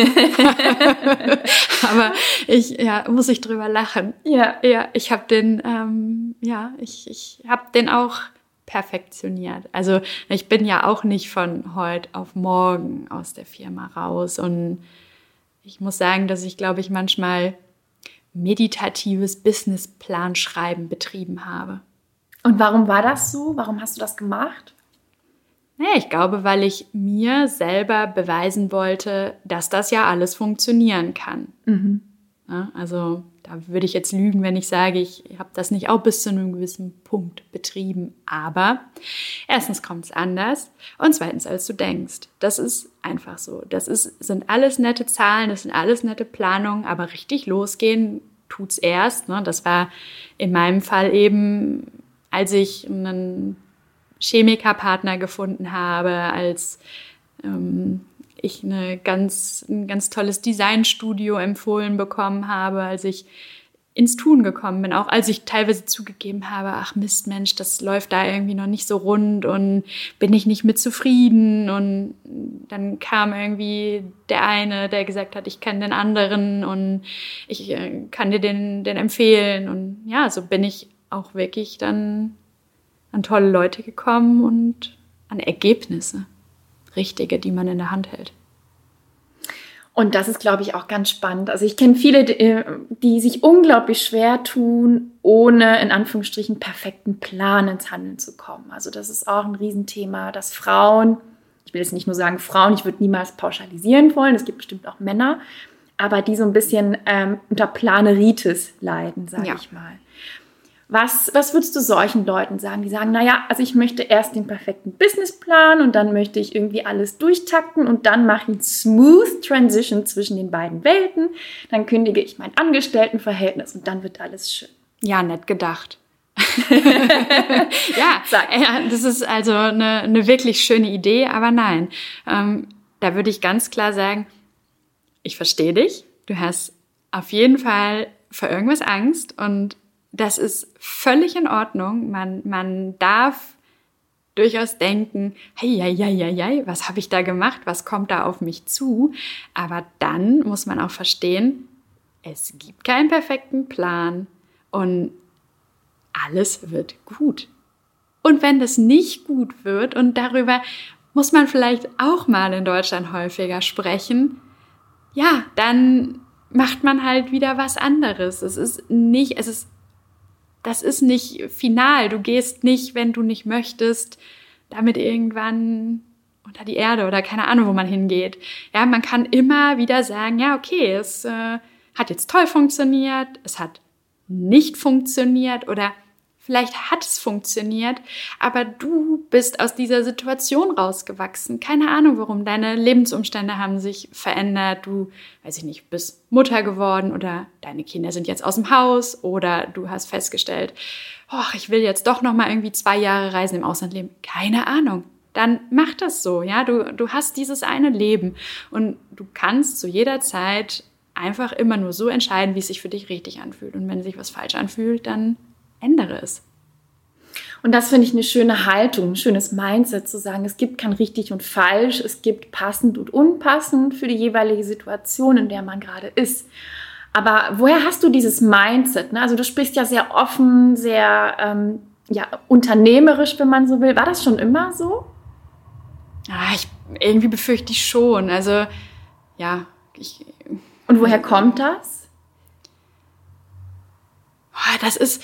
Aber ich ja, muss ich drüber lachen. Ja, ja ich habe den, ähm, ja, ich, ich habe den auch perfektioniert. Also ich bin ja auch nicht von heute auf morgen aus der Firma raus und ich muss sagen, dass ich, glaube ich, manchmal meditatives Businessplan-Schreiben betrieben habe. Und warum war das so? Warum hast du das gemacht? Naja, ich glaube, weil ich mir selber beweisen wollte, dass das ja alles funktionieren kann. Mhm. Ja, also da würde ich jetzt lügen, wenn ich sage, ich habe das nicht auch bis zu einem gewissen Punkt betrieben. Aber erstens kommt es anders und zweitens, als du denkst. Das ist einfach so. Das ist, sind alles nette Zahlen, das sind alles nette Planungen, aber richtig losgehen tut's erst. Ne? Das war in meinem Fall eben, als ich einen Chemikerpartner gefunden habe, als ähm, ich eine ganz, ein ganz tolles Designstudio empfohlen bekommen habe, als ich ins Tun gekommen bin, auch als ich teilweise zugegeben habe, ach Mist, Mensch, das läuft da irgendwie noch nicht so rund und bin ich nicht mit zufrieden und dann kam irgendwie der eine, der gesagt hat, ich kenne den anderen und ich äh, kann dir den, den empfehlen und ja, so bin ich auch wirklich dann an tolle Leute gekommen und an Ergebnisse, richtige, die man in der Hand hält. Und das ist, glaube ich, auch ganz spannend. Also ich kenne viele, die, die sich unglaublich schwer tun, ohne in Anführungsstrichen perfekten Plan ins Handeln zu kommen. Also das ist auch ein Riesenthema, dass Frauen, ich will jetzt nicht nur sagen Frauen, ich würde niemals pauschalisieren wollen, es gibt bestimmt auch Männer, aber die so ein bisschen ähm, unter Planeritis leiden, sage ja. ich mal. Was, was würdest du solchen Leuten sagen, die sagen, naja, also ich möchte erst den perfekten Businessplan und dann möchte ich irgendwie alles durchtakten und dann mache ich einen smooth Transition zwischen den beiden Welten, dann kündige ich mein Angestelltenverhältnis und dann wird alles schön. Ja, nett gedacht. ja, ja, das ist also eine, eine wirklich schöne Idee, aber nein, ähm, da würde ich ganz klar sagen, ich verstehe dich, du hast auf jeden Fall vor irgendwas Angst und das ist völlig in Ordnung. Man, man darf durchaus denken, hey, ja, ja, ja, ja, was habe ich da gemacht? Was kommt da auf mich zu? Aber dann muss man auch verstehen, es gibt keinen perfekten Plan und alles wird gut. Und wenn das nicht gut wird, und darüber muss man vielleicht auch mal in Deutschland häufiger sprechen, ja, dann macht man halt wieder was anderes. Es ist nicht, es ist, das ist nicht final. Du gehst nicht, wenn du nicht möchtest, damit irgendwann unter die Erde oder keine Ahnung, wo man hingeht. Ja, man kann immer wieder sagen, ja, okay, es äh, hat jetzt toll funktioniert, es hat nicht funktioniert oder vielleicht hat es funktioniert, aber du bist aus dieser Situation rausgewachsen. Keine Ahnung warum. Deine Lebensumstände haben sich verändert. Du, weiß ich nicht, bist Mutter geworden oder deine Kinder sind jetzt aus dem Haus oder du hast festgestellt, oh, ich will jetzt doch noch mal irgendwie zwei Jahre reisen, im Ausland leben. Keine Ahnung. Dann mach das so. Ja, du, du hast dieses eine Leben und du kannst zu jeder Zeit einfach immer nur so entscheiden, wie es sich für dich richtig anfühlt. Und wenn sich was falsch anfühlt, dann ändere es. Und das finde ich eine schöne Haltung, ein schönes Mindset zu sagen, es gibt kein richtig und falsch, es gibt passend und unpassend für die jeweilige Situation, in der man gerade ist. Aber woher hast du dieses Mindset? Ne? Also du sprichst ja sehr offen, sehr ähm, ja, unternehmerisch, wenn man so will. War das schon immer so? Ah, ich, irgendwie befürchte ich schon. Also, ja. Ich, und woher kommt das? Das ist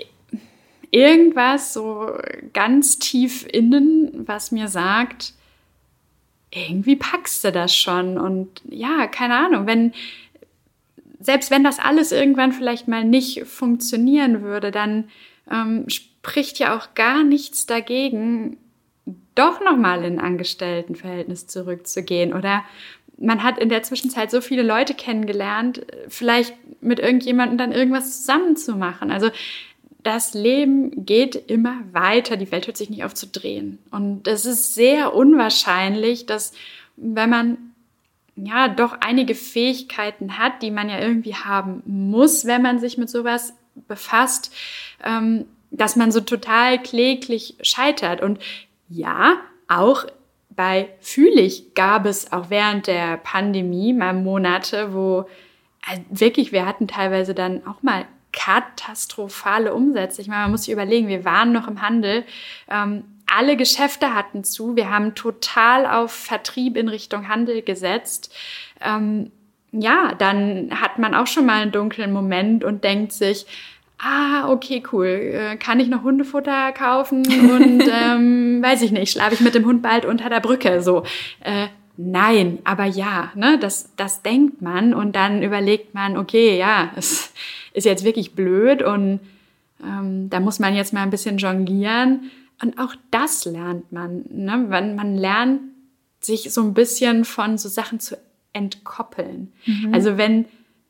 irgendwas so ganz tief innen, was mir sagt, irgendwie packst du das schon. Und ja, keine Ahnung, wenn, selbst wenn das alles irgendwann vielleicht mal nicht funktionieren würde, dann ähm, spricht ja auch gar nichts dagegen, doch nochmal in ein Angestelltenverhältnis zurückzugehen. Oder man hat in der Zwischenzeit so viele Leute kennengelernt, vielleicht mit irgendjemandem dann irgendwas zusammen zu machen. Also das Leben geht immer weiter, die Welt hört sich nicht auf zu drehen. Und es ist sehr unwahrscheinlich, dass wenn man ja doch einige Fähigkeiten hat, die man ja irgendwie haben muss, wenn man sich mit sowas befasst, ähm, dass man so total kläglich scheitert. Und ja, auch bei Fühlig gab es auch während der Pandemie mal Monate, wo also wirklich, wir hatten teilweise dann auch mal katastrophale Umsätze. Ich meine, man muss sich überlegen, wir waren noch im Handel, ähm, alle Geschäfte hatten zu, wir haben total auf Vertrieb in Richtung Handel gesetzt. Ähm, ja, dann hat man auch schon mal einen dunklen Moment und denkt sich, ah, okay, cool, äh, kann ich noch Hundefutter kaufen und ähm, weiß ich nicht, schlafe ich mit dem Hund bald unter der Brücke, so. Äh, nein, aber ja, ne, das, das denkt man und dann überlegt man, okay, ja, es ist jetzt wirklich blöd und ähm, da muss man jetzt mal ein bisschen jonglieren. Und auch das lernt man, ne? Man, man lernt, sich so ein bisschen von so Sachen zu entkoppeln. Mhm. Also wenn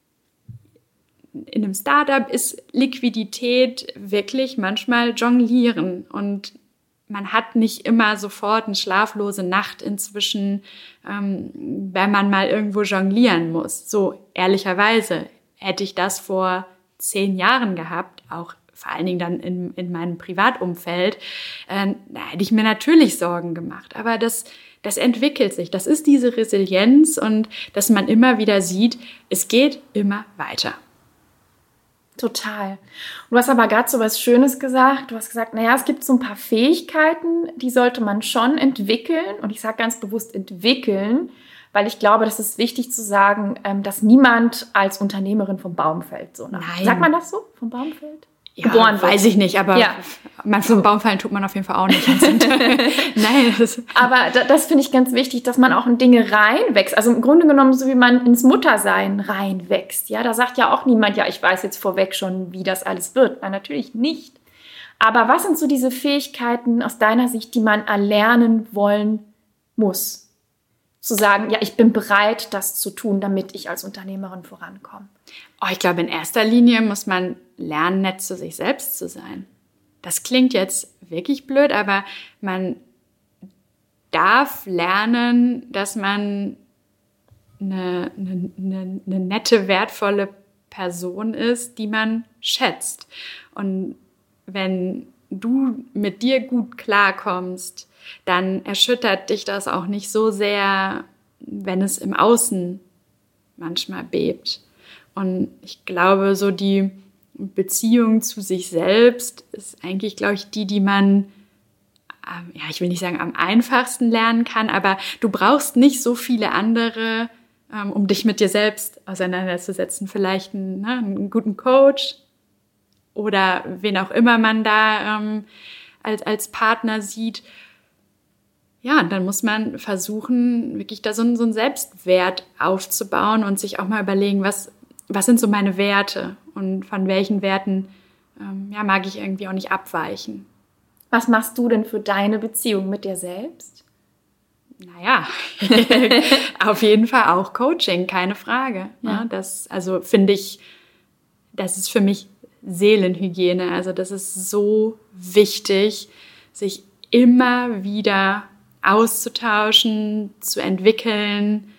in einem Startup ist Liquidität wirklich manchmal jonglieren und man hat nicht immer sofort eine schlaflose Nacht inzwischen, ähm, wenn man mal irgendwo jonglieren muss. So, ehrlicherweise hätte ich das vor zehn Jahren gehabt, auch vor allen Dingen dann in, in meinem Privatumfeld, äh, da hätte ich mir natürlich Sorgen gemacht. Aber das, das entwickelt sich. Das ist diese Resilienz und dass man immer wieder sieht, es geht immer weiter. Total. Du hast aber gerade so was Schönes gesagt. Du hast gesagt, naja, es gibt so ein paar Fähigkeiten, die sollte man schon entwickeln. Und ich sage ganz bewusst entwickeln, weil ich glaube, das ist wichtig zu sagen, dass niemand als Unternehmerin vom Baum fällt. So nach. Nein. Sagt man das so? Vom Baum fällt? Ja, geboren weiß ich nicht, aber ja. Man vom Baum fallen tut man auf jeden Fall auch nicht. Nein, das aber das, das finde ich ganz wichtig, dass man auch in Dinge reinwächst. Also im Grunde genommen, so wie man ins Muttersein reinwächst. Ja, da sagt ja auch niemand, ja, ich weiß jetzt vorweg schon, wie das alles wird. Nein, natürlich nicht. Aber was sind so diese Fähigkeiten aus deiner Sicht, die man erlernen wollen muss? Zu sagen, ja, ich bin bereit, das zu tun, damit ich als Unternehmerin vorankomme. Oh, ich glaube, in erster Linie muss man lernen, nett zu sich selbst zu sein. Das klingt jetzt wirklich blöd, aber man darf lernen, dass man eine, eine, eine, eine nette, wertvolle Person ist, die man schätzt. Und wenn du mit dir gut klarkommst, dann erschüttert dich das auch nicht so sehr, wenn es im Außen manchmal bebt. Und ich glaube, so die Beziehung zu sich selbst ist eigentlich, glaube ich, die, die man, ja, ich will nicht sagen am einfachsten lernen kann, aber du brauchst nicht so viele andere ähm, um dich mit dir selbst auseinanderzusetzen. Vielleicht einen, ne, einen guten Coach oder wen auch immer man da ähm, als, als Partner sieht. Ja, und dann muss man versuchen, wirklich da so einen, so einen Selbstwert aufzubauen und sich auch mal überlegen, was, was sind so meine Werte und von welchen Werten ähm, ja, mag ich irgendwie auch nicht abweichen. Was machst du denn für deine Beziehung mit dir selbst? Naja, auf jeden Fall auch Coaching, keine Frage. Ja. Ja, das, also finde ich, das ist für mich Seelenhygiene. Also das ist so wichtig, sich immer wieder auszutauschen, zu entwickeln,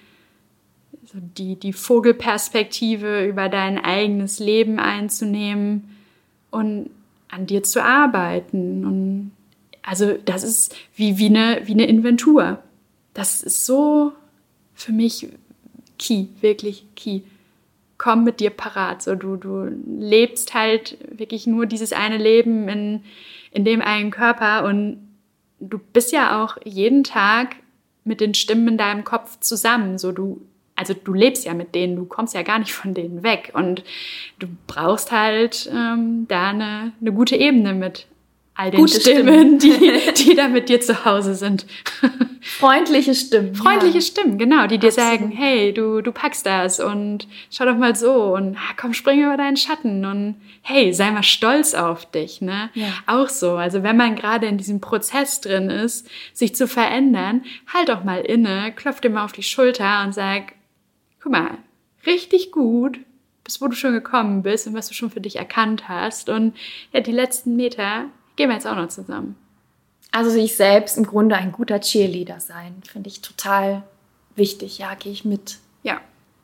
so die, die Vogelperspektive über dein eigenes Leben einzunehmen und an dir zu arbeiten. Und also das ist wie, wie, eine, wie eine Inventur. Das ist so für mich key, wirklich key. Komm mit dir parat. So, du, du lebst halt wirklich nur dieses eine Leben in, in dem einen Körper und du bist ja auch jeden Tag mit den Stimmen in deinem Kopf zusammen. So, du, also du lebst ja mit denen, du kommst ja gar nicht von denen weg. Und du brauchst halt ähm, da eine, eine gute Ebene mit all den Gute Stimmen, Stimmen. Die, die da mit dir zu Hause sind. Freundliche Stimmen. Freundliche ja. Stimmen, genau, die dir Absolut. sagen, hey, du, du packst das und schau doch mal so und komm, spring über deinen Schatten und hey, sei mal stolz auf dich, ne? Ja. Auch so, also wenn man gerade in diesem Prozess drin ist, sich zu verändern, halt doch mal inne, klopf dir mal auf die Schulter und sag, guck mal, richtig gut, bis wo du schon gekommen bist und was du schon für dich erkannt hast und ja, die letzten Meter gehen wir jetzt auch noch zusammen. Also sich selbst im Grunde ein guter Cheerleader sein, finde ich total wichtig. Ja, gehe ich mit. Ja.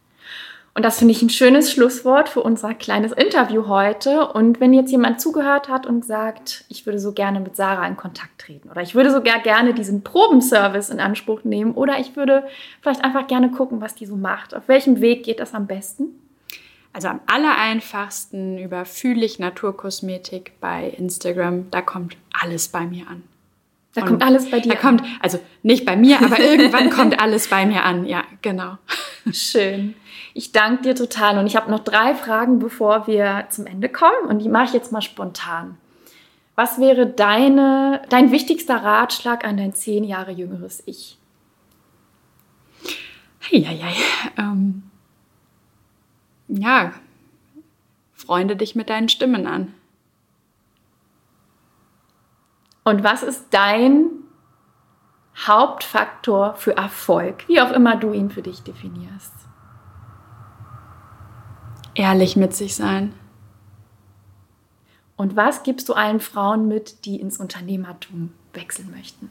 Und das finde ich ein schönes Schlusswort für unser kleines Interview heute. Und wenn jetzt jemand zugehört hat und sagt, ich würde so gerne mit Sarah in Kontakt treten oder ich würde sogar gerne diesen Probenservice in Anspruch nehmen oder ich würde vielleicht einfach gerne gucken, was die so macht. Auf welchem Weg geht das am besten? Also am allereinfachsten über Fühlig Naturkosmetik bei Instagram. Da kommt alles bei mir an. Da und kommt alles bei dir da an? Kommt, also nicht bei mir, aber irgendwann kommt alles bei mir an. Ja, genau. Schön. Ich danke dir total. Und ich habe noch drei Fragen, bevor wir zum Ende kommen. Und die mache ich jetzt mal spontan. Was wäre deine, dein wichtigster Ratschlag an dein zehn Jahre jüngeres Ich? Heieiei. Ähm... Ja, freunde dich mit deinen Stimmen an. Und was ist dein Hauptfaktor für Erfolg, wie auch immer du ihn für dich definierst? Ehrlich mit sich sein. Und was gibst du allen Frauen mit, die ins Unternehmertum wechseln möchten?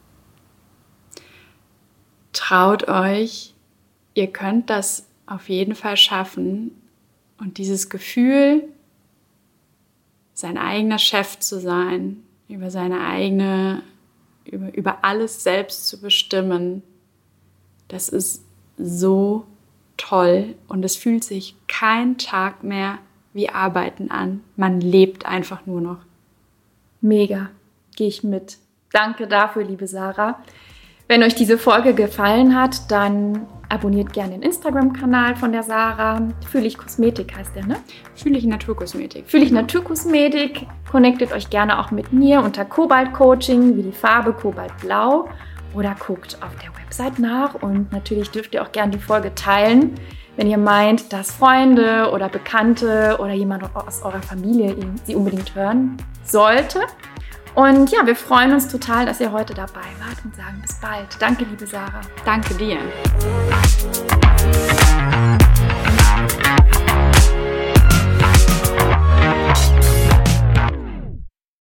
Traut euch, ihr könnt das auf jeden Fall schaffen und dieses Gefühl, sein eigener Chef zu sein, über seine eigene, über, über alles selbst zu bestimmen, das ist so toll und es fühlt sich kein Tag mehr wie Arbeiten an. Man lebt einfach nur noch. Mega, gehe ich mit. Danke dafür, liebe Sarah. Wenn euch diese Folge gefallen hat, dann abonniert gerne den Instagram-Kanal von der Sarah. Fühlig Kosmetik heißt der, ne? Fühlig Naturkosmetik. Fühlig Naturkosmetik. Connectet euch gerne auch mit mir unter Kobalt Coaching, wie die Farbe Kobaltblau. Oder guckt auf der Website nach. Und natürlich dürft ihr auch gerne die Folge teilen, wenn ihr meint, dass Freunde oder Bekannte oder jemand aus eurer Familie sie unbedingt hören sollte. Und ja, wir freuen uns total, dass ihr heute dabei wart und sagen bis bald. Danke, liebe Sarah. Danke dir.